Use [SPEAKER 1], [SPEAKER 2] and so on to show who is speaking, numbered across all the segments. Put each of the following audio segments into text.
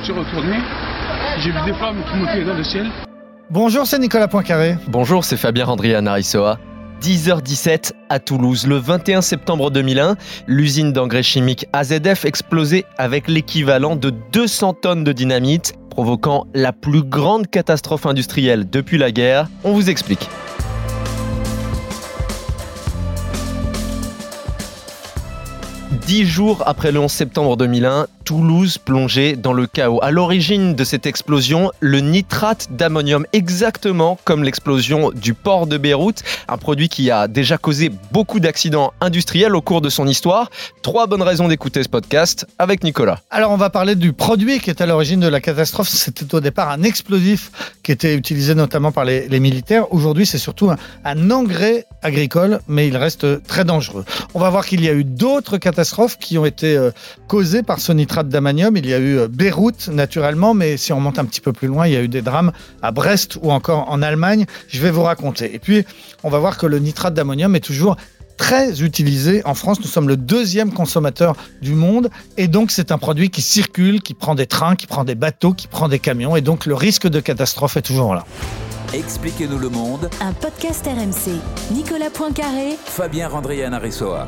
[SPEAKER 1] me suis retourné, j'ai vu des flammes qui montaient dans le ciel.
[SPEAKER 2] Bonjour, c'est Nicolas Poincaré.
[SPEAKER 3] Bonjour, c'est Fabien Randrian-Arissoa. 10h17 à Toulouse. Le 21 septembre 2001, l'usine d'engrais chimiques AZF explosait avec l'équivalent de 200 tonnes de dynamite, provoquant la plus grande catastrophe industrielle depuis la guerre. On vous explique. Dix jours après le 11 septembre 2001, Toulouse plongeait dans le chaos. À l'origine de cette explosion, le nitrate d'ammonium, exactement comme l'explosion du port de Beyrouth, un produit qui a déjà causé beaucoup d'accidents industriels au cours de son histoire. 3 bonnes raisons d'écouter ce podcast avec Nicolas.
[SPEAKER 2] Alors on va parler du produit qui est à l'origine de la catastrophe. C'était au départ un explosif qui était utilisé notamment par les militaires. Aujourd'hui, c'est surtout un engrais agricole, mais il reste très dangereux. On va voir qu'il y a eu d'autres catastrophes qui ont été causées par ce nitrate d'ammonium. Il y a eu Beyrouth, naturellement, mais si on monte un petit peu plus loin, il y a eu des drames à Brest ou encore en Allemagne. Je vais vous raconter. Et puis, on va voir que le nitrate d'ammonium est toujours très utilisé en France. Nous sommes le 2e consommateur du monde et donc c'est un produit qui circule, qui prend des trains, qui prend des bateaux, qui prend des camions et donc le risque de catastrophe est toujours là.
[SPEAKER 4] Expliquez-nous le monde.
[SPEAKER 5] Un podcast RMC. Nicolas Poincaré.
[SPEAKER 4] Fabien Randrian-Arissoa.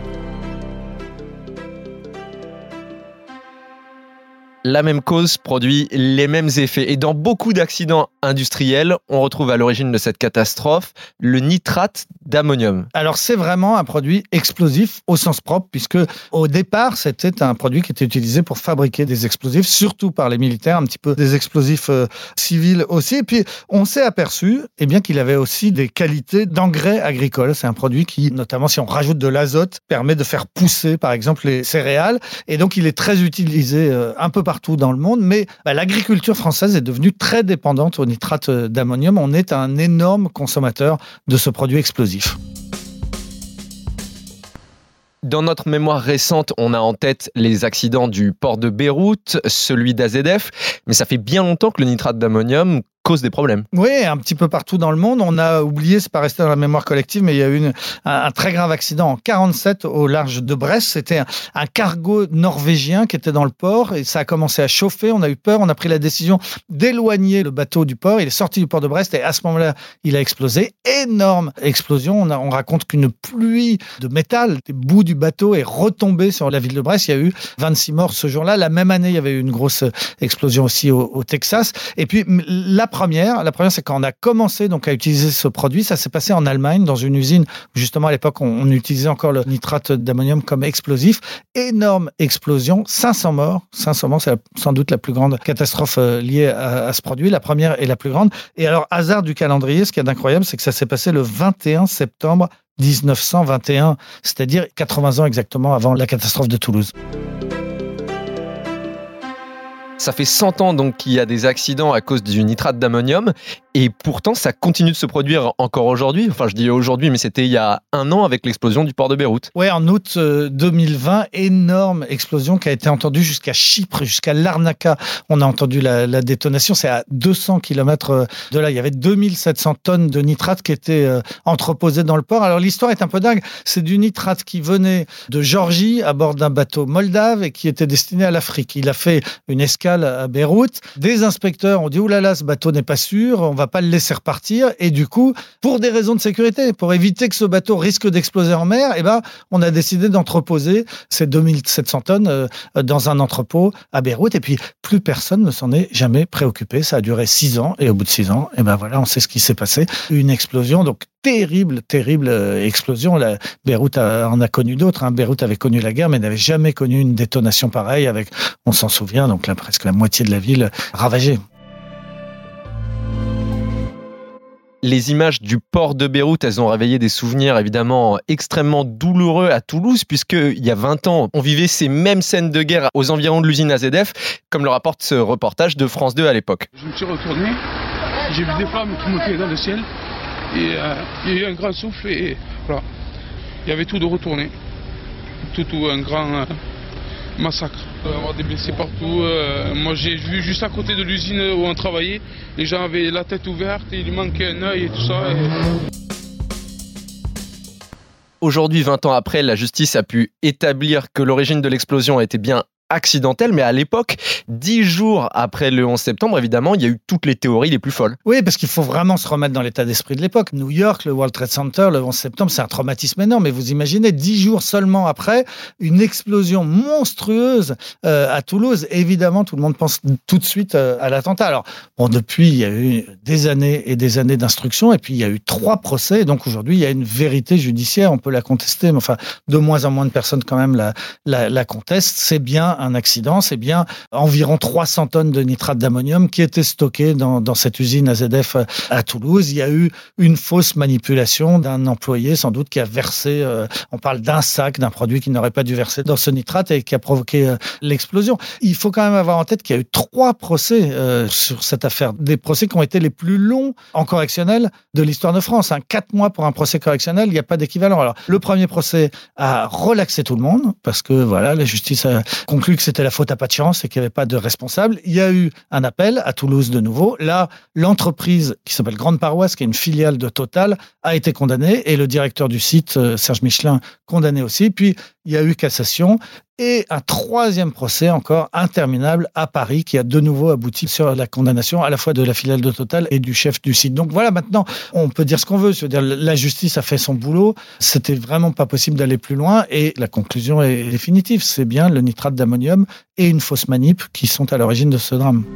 [SPEAKER 3] La même cause produit les mêmes effets. Et dans beaucoup d'accidents industriels, on retrouve à l'origine de cette catastrophe le nitrate d'ammonium.
[SPEAKER 2] Alors c'est vraiment un produit explosif au sens propre, puisque au départ, c'était un produit qui était utilisé pour fabriquer des explosifs, surtout par les militaires, un petit peu des explosifs civils aussi. Et puis on s'est aperçu qu'il avait aussi des qualités d'engrais agricole. C'est un produit qui, notamment si on rajoute de l'azote, permet de faire pousser par exemple les céréales. Et donc il est très utilisé un peu partout dans le monde, mais l'agriculture française est devenue très dépendante au nitrate d'ammonium. On est un énorme consommateur de ce produit explosif.
[SPEAKER 3] Dans notre mémoire récente, on a en tête les accidents du port de Beyrouth, celui d'AZF, mais ça fait bien longtemps que le nitrate d'ammonium cause des problèmes.
[SPEAKER 2] Oui, un petit peu partout dans le monde. On a oublié, c'est pas resté dans la mémoire collective, mais il y a eu un très grave accident en 1947 au large de Brest. C'était un cargo norvégien qui était dans le port et ça a commencé à chauffer. On a eu peur, on a pris la décision d'éloigner le bateau du port. Il est sorti du port de Brest et à ce moment-là, il a explosé. Énorme explosion. On raconte qu'une pluie de métal, des bouts du bateau est retombée sur la ville de Brest. Il y a eu 26 morts ce jour-là. La même année, il y avait eu une grosse explosion aussi au Texas. Et puis, la première, c'est quand on a commencé donc à utiliser ce produit, ça s'est passé en Allemagne, dans une usine où justement à l'époque on utilisait encore le nitrate d'ammonium comme explosif. Énorme explosion, 500 morts, c'est sans doute la plus grande catastrophe liée à ce produit, la première et la plus grande. Et alors, hasard du calendrier, ce qui est incroyable, c'est que ça s'est passé le 21 septembre 1921, c'est-à-dire 80 ans exactement avant la catastrophe de Toulouse.
[SPEAKER 3] Ça fait 100 ans donc qu'il y a des accidents à cause du nitrate d'ammonium et pourtant ça continue de se produire encore aujourd'hui. Enfin, je dis aujourd'hui, mais c'était il y a 1 an avec l'explosion du port de Beyrouth.
[SPEAKER 2] Oui, en août 2020, énorme explosion qui a été entendue jusqu'à Chypre, jusqu'à Larnaca. On a entendu la détonation, c'est à 200 km de là. Il y avait 2700 tonnes de nitrate qui étaient entreposées dans le port. Alors l'histoire est un peu dingue. C'est du nitrate qui venait de Géorgie à bord d'un bateau moldave et qui était destiné à l'Afrique. Il a fait une escale à Beyrouth. Des inspecteurs ont dit « Ouh là là, ce bateau n'est pas sûr, on va pas le laisser repartir ». Et du coup, pour des raisons de sécurité, pour éviter que ce bateau risque d'exploser en mer, on a décidé d'entreposer ces 2700 tonnes dans un entrepôt à Beyrouth. Et puis, plus personne ne s'en est jamais préoccupé. Ça a duré 6 ans. Et au bout de 6 ans, voilà, on sait ce qui s'est passé. Une explosion, donc terrible explosion. Beyrouth en a connu d'autres. Beyrouth avait connu la guerre, mais n'avait jamais connu une détonation pareille avec, on s'en souvient, donc là, presque la moitié de la ville ravagée.
[SPEAKER 3] Les images du port de Beyrouth, elles ont réveillé des souvenirs évidemment extrêmement douloureux à Toulouse, puisqu'il y a 20 ans, on vivait ces mêmes scènes de guerre aux environs de l'usine AZF, comme le rapporte ce reportage de France 2 à l'époque.
[SPEAKER 1] Je me suis retourné, j'ai vu des flammes qui montaient dans le ciel, et il y a eu un grand souffle, et voilà, il y avait tout de retourné, tout un grand massacre. Avoir des blessés partout. Moi j'ai vu juste à côté de l'usine où on travaillait, les gens avaient la tête ouverte, et il manquait un œil et tout ça.
[SPEAKER 3] Aujourd'hui, 20 ans après, la justice a pu établir que l'origine de l'explosion était bien accidentelle, mais à l'époque, 10 jours après le 11 septembre, évidemment, il y a eu toutes les théories les plus folles.
[SPEAKER 2] Oui, parce qu'il faut vraiment se remettre dans l'état d'esprit de l'époque. New York, le World Trade Center, le 11 septembre, c'est un traumatisme énorme. Mais vous imaginez, 10 jours seulement après, une explosion monstrueuse à Toulouse. Évidemment, tout le monde pense tout de suite à l'attentat. Alors, bon, depuis, il y a eu des années et des années d'instruction, et puis il y a eu 3 procès. Et donc aujourd'hui, il y a une vérité judiciaire. On peut la contester, mais enfin, de moins en moins de personnes quand même la contestent. C'est bien un accident, c'est bien environ 300 tonnes de nitrate d'ammonium qui étaient stockées dans cette usine AZF à Toulouse. Il y a eu une fausse manipulation d'un employé, sans doute, qui a versé, on parle d'un sac, d'un produit qui n'aurait pas dû verser dans ce nitrate et qui a provoqué l'explosion. Il faut quand même avoir en tête qu'il y a eu 3 procès sur cette affaire, des procès qui ont été les plus longs en correctionnel de l'histoire de France. 4 mois pour un procès correctionnel, il n'y a pas d'équivalent. Alors, le premier procès a relaxé tout le monde, parce que voilà, la justice a conclu que c'était la faute à pas de chance et qu'il n'y avait pas de responsable. Il y a eu un appel à Toulouse de nouveau. Là, l'entreprise qui s'appelle Grande Paroisse, qui est une filiale de Total, a été condamnée et le directeur du site, Serge Michelin, condamné aussi. Puis, il y a eu cassation et un 3e procès encore interminable à Paris qui a de nouveau abouti sur la condamnation à la fois de la filiale de Total et du chef du site. Donc voilà, maintenant, on peut dire ce qu'on veut. C'est-à-dire, la justice a fait son boulot. C'était vraiment pas possible d'aller plus loin et la conclusion est définitive. C'est bien le nitrate d'ammonium et une fausse manip qui sont à l'origine de ce drame.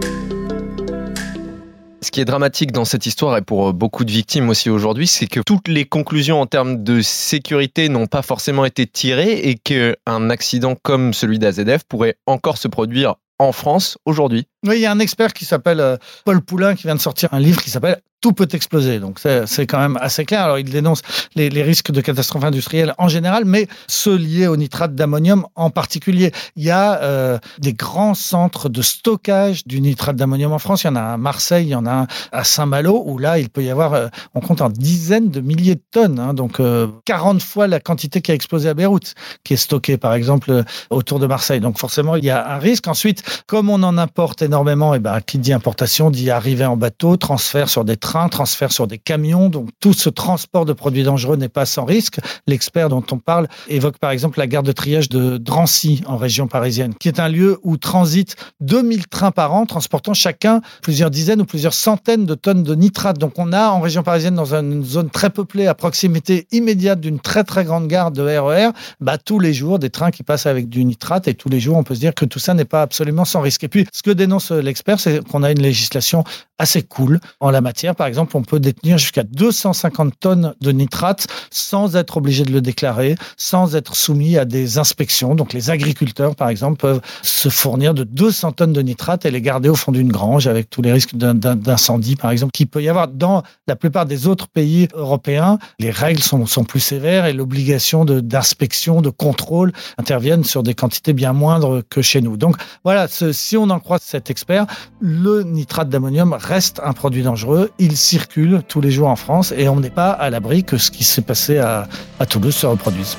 [SPEAKER 3] Ce qui est dramatique dans cette histoire et pour beaucoup de victimes aussi aujourd'hui, c'est que toutes les conclusions en termes de sécurité n'ont pas forcément été tirées et qu'un accident comme celui d'AZF pourrait encore se produire en France aujourd'hui.
[SPEAKER 2] Oui, il y a un expert qui s'appelle Paul Poulain qui vient de sortir un livre qui s'appelle « Tout peut exploser ». Donc c'est quand même assez clair. Alors il dénonce les risques de catastrophes industrielles en général, mais ceux liés au nitrate d'ammonium en particulier. Il y a des grands centres de stockage du nitrate d'ammonium en France. Il y en a à Marseille, il y en a un à Saint-Malo, où là il peut y avoir, on compte en dizaines de milliers de tonnes, donc 40 fois la quantité qui a explosé à Beyrouth, qui est stockée par exemple autour de Marseille. Donc forcément il y a un risque. Ensuite, comme on en importe énormément, et qui dit importation dit arrivée en bateau, transfert sur des trains, transfert sur des camions. Donc tout ce transport de produits dangereux n'est pas sans risque. L'expert dont on parle évoque par exemple la gare de triage de Drancy en région parisienne, qui est un lieu où transitent 2000 trains par an, transportant chacun plusieurs dizaines ou plusieurs centaines de tonnes de nitrate. Donc on a en région parisienne, dans une zone très peuplée, à proximité immédiate d'une très très grande gare de RER, tous les jours des trains qui passent avec du nitrate, et tous les jours on peut se dire que tout ça n'est pas absolument sans risque. Et puis ce que dénonce l'expert, c'est qu'on a une législation assez cool en la matière. Par exemple, on peut détenir jusqu'à 250 tonnes de nitrate sans être obligé de le déclarer, sans être soumis à des inspections. Donc les agriculteurs, par exemple, peuvent se fournir de 200 tonnes de nitrate et les garder au fond d'une grange avec tous les risques d'incendie, par exemple, qu'il peut y avoir. Dans la plupart des autres pays européens, les règles sont plus sévères et l'obligation d'inspection, de contrôle interviennent sur des quantités bien moindres que chez nous. Donc voilà, si on en croit cet expert, le nitrate d'ammonium reste un produit dangereux. Il circule tous les jours en France et on n'est pas à l'abri que ce qui s'est passé à Toulouse se reproduise.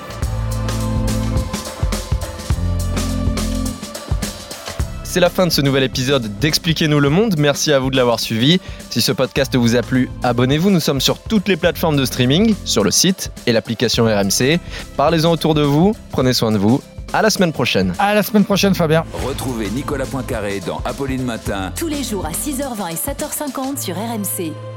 [SPEAKER 3] C'est la fin de ce nouvel épisode d'Expliquez-nous le monde. Merci à vous de l'avoir suivi. Si ce podcast vous a plu, abonnez-vous. Nous sommes sur toutes les plateformes de streaming, sur le site et l'application RMC. Parlez-en autour de vous. Prenez soin de vous. À la semaine prochaine.
[SPEAKER 2] À la semaine prochaine, Fabien.
[SPEAKER 4] Retrouvez Nicolas Poincaré dans Apolline Matin.
[SPEAKER 5] Tous les jours à 6h20 et 7h50 sur RMC.